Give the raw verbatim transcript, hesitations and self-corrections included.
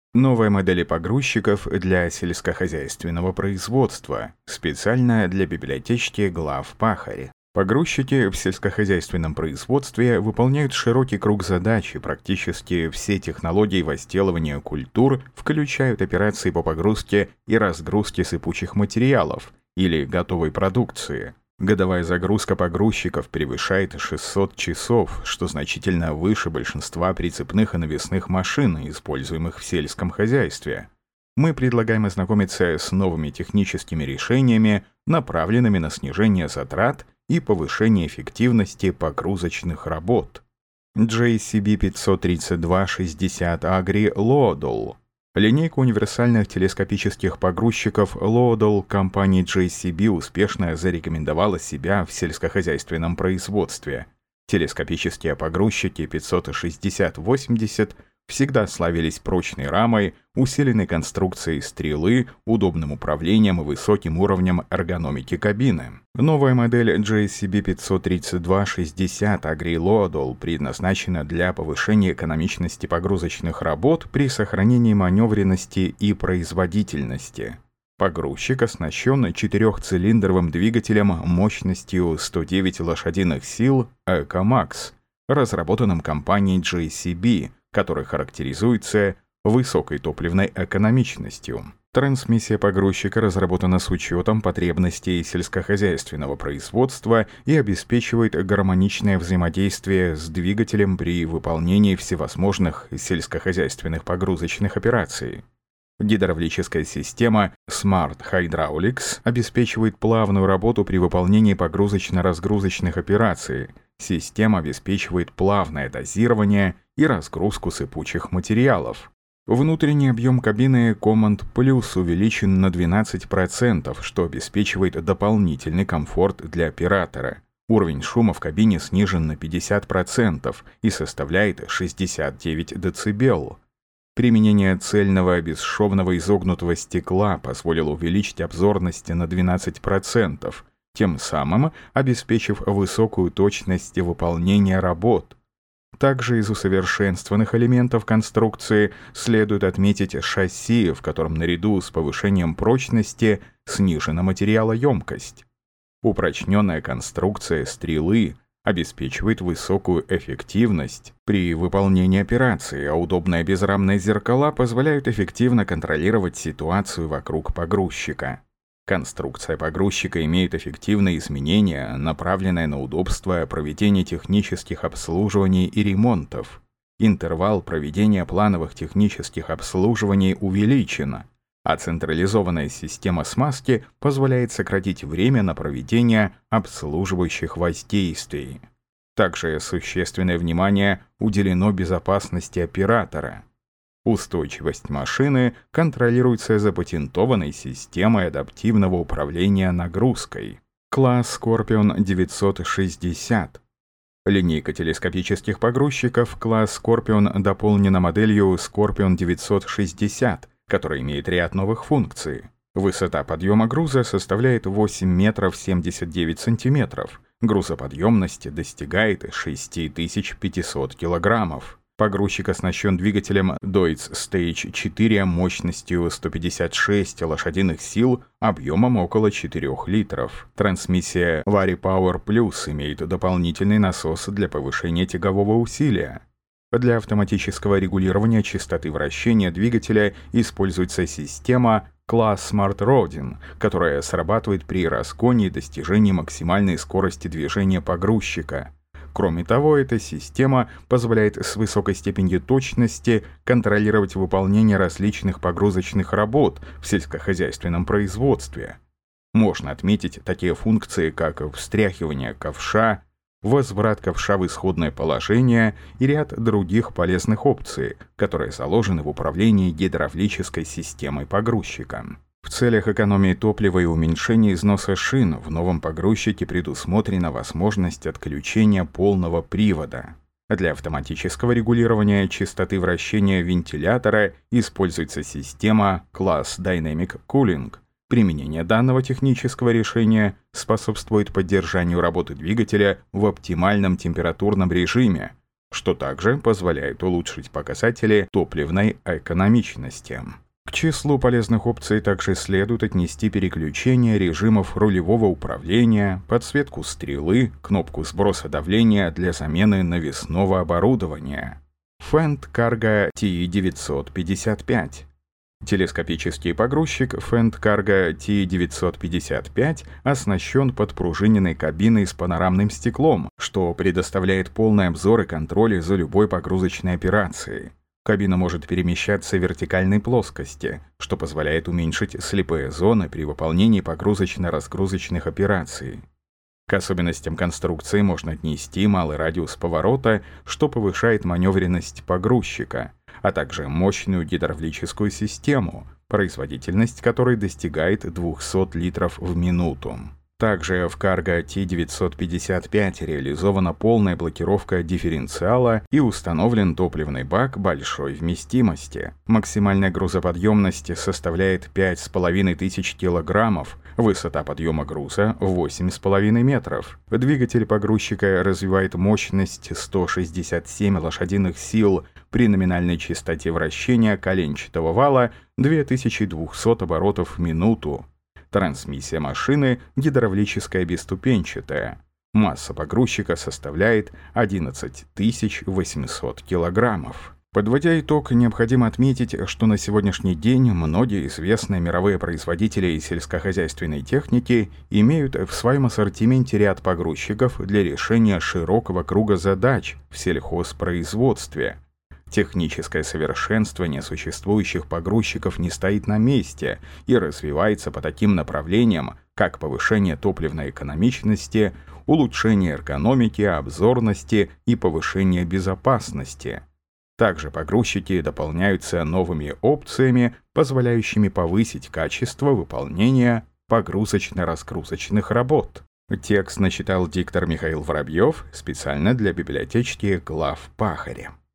Новые модели погрузчиков для сельскохозяйственного производства, специально для библиотечки глав-пахарь. Погрузчики в сельскохозяйственном производстве выполняют широкий круг задач, и практически все технологии возделывания культур включают операции по погрузке и разгрузке сыпучих материалов или готовой продукции. Годовая загрузка погрузчиков превышает шестьсот часов, что значительно выше большинства прицепных и навесных машин, используемых в сельском хозяйстве. Мы предлагаем ознакомиться с новыми техническими решениями, направленными на снижение затрат и повышение эффективности погрузочных работ. джей си би пятьсот тридцать два шестьдесят Agri Loadle. Линейка универсальных телескопических погрузчиков Loadle компании джей си би успешно зарекомендовала себя в сельскохозяйственном производстве. Телескопические погрузчики пятьсот шестьдесят восемьдесят всегда славились прочной рамой, усиленной конструкцией стрелы, удобным управлением и высоким уровнем эргономики кабины. Новая модель джей си би пятьсот тридцать два шестьдесят Agri Loadle предназначена для повышения экономичности погрузочных работ при сохранении маневренности и производительности. Погрузчик оснащен четырехцилиндровым двигателем мощностью сто девять лошадиных сил EcoMax, разработанным компанией джей си би, который характеризуется высокой топливной экономичностью. Трансмиссия погрузчика разработана с учетом потребностей сельскохозяйственного производства и обеспечивает гармоничное взаимодействие с двигателем при выполнении всевозможных сельскохозяйственных погрузочных операций. Гидравлическая система Smart Hydraulics обеспечивает плавную работу при выполнении погрузочно-разгрузочных операций. Система обеспечивает плавное дозирование и разгрузку сыпучих материалов. Внутренний объем кабины Command Plus увеличен на двенадцать процентов, что обеспечивает дополнительный комфорт для оператора. Уровень шума в кабине снижен на пятьдесят процентов и составляет шестьдесят девять децибел. Применение цельного бесшовного изогнутого стекла позволило увеличить обзорность на двенадцать процентов, тем самым обеспечив высокую точность выполнения работ. Также из усовершенствованных элементов конструкции следует отметить шасси, в котором наряду с повышением прочности снижена материалоемкость. Упрочненная конструкция стрелы обеспечивает высокую эффективность при выполнении операции, а удобные безрамные зеркала позволяют эффективно контролировать ситуацию вокруг погрузчика. Конструкция погрузчика имеет эффективные изменения, направленные на удобство проведения технических обслуживаний и ремонтов. Интервал проведения плановых технических обслуживаний увеличен, а централизованная система смазки позволяет сократить время на проведение обслуживающих воздействий. Также существенное внимание уделено безопасности оператора. Устойчивость машины контролируется запатентованной системой адаптивного управления нагрузкой. Класс Scorpion девятьсот шестьдесят. Линейка телескопических погрузчиков класс Scorpion дополнена моделью Scorpion девятьсот шестьдесят, которая имеет ряд новых функций. Высота подъема груза составляет восемь метров семьдесят девять сантиметров. Грузоподъемность достигает шесть тысяч пятьсот килограммов. Погрузчик оснащен двигателем Deutz Stage четыре мощностью сто пятьдесят шесть лошадиных сил объемом около четырёх литров. Трансмиссия VariPower Plus имеет дополнительный насос для повышения тягового усилия. Для автоматического регулирования частоты вращения двигателя используется система класс Smart Rodin, которая срабатывает при разгоне и достижении максимальной скорости движения погрузчика. Кроме того, эта система позволяет с высокой степенью точности контролировать выполнение различных погрузочных работ в сельскохозяйственном производстве. Можно отметить такие функции, как встряхивание ковша, возврат ковша в исходное положение и ряд других полезных опций, которые заложены в управлении гидравлической системой погрузчика. В целях экономии топлива и уменьшения износа шин в новом погрузчике предусмотрена возможность отключения полного привода. Для автоматического регулирования частоты вращения вентилятора используется система класс Dynamic Cooling. Применение данного технического решения способствует поддержанию работы двигателя в оптимальном температурном режиме, что также позволяет улучшить показатели топливной экономичности. К числу полезных опций также следует отнести переключение режимов рулевого управления, подсветку стрелы, кнопку сброса давления для замены навесного оборудования. Fendt Cargo T девятьсот пятьдесят пять. Телескопический погрузчик Fendt Cargo T девятьсот пятьдесят пять оснащен подпружиненной кабиной с панорамным стеклом, что предоставляет полный обзор и контроль за любой погрузочной операцией. Кабина может перемещаться в вертикальной плоскости, что позволяет уменьшить слепые зоны при выполнении погрузочно-разгрузочных операций. К особенностям конструкции можно отнести малый радиус поворота, что повышает маневренность погрузчика, а также мощную гидравлическую систему, производительность которой достигает двухсот литров в минуту. Также в Cargo T девятьсот пятьдесят пять реализована полная блокировка дифференциала и установлен топливный бак большой вместимости. Максимальная грузоподъемность составляет пять с половиной тысяч килограммов, высота подъема груза восемь с половиной метров. Двигатель погрузчика развивает мощность сто шестьдесят семь лошадиных сил при номинальной частоте вращения коленчатого вала две тысячи двести оборотов в минуту. Трансмиссия машины гидравлическая бесступенчатая. Масса погрузчика составляет одиннадцать тысяч восемьсот килограммов. Подводя итог, необходимо отметить, что на сегодняшний день многие известные мировые производители сельскохозяйственной техники имеют в своем ассортименте ряд погрузчиков для решения широкого круга задач в сельхозпроизводстве. Техническое совершенствование существующих погрузчиков не стоит на месте и развивается по таким направлениям, как повышение топливной экономичности, улучшение эргономики, обзорности и повышение безопасности. Также погрузчики дополняются новыми опциями, позволяющими повысить качество выполнения погрузочно-разгрузочных работ. Текст начитал диктор Михаил Воробьев специально для библиотечки глав Пахаря.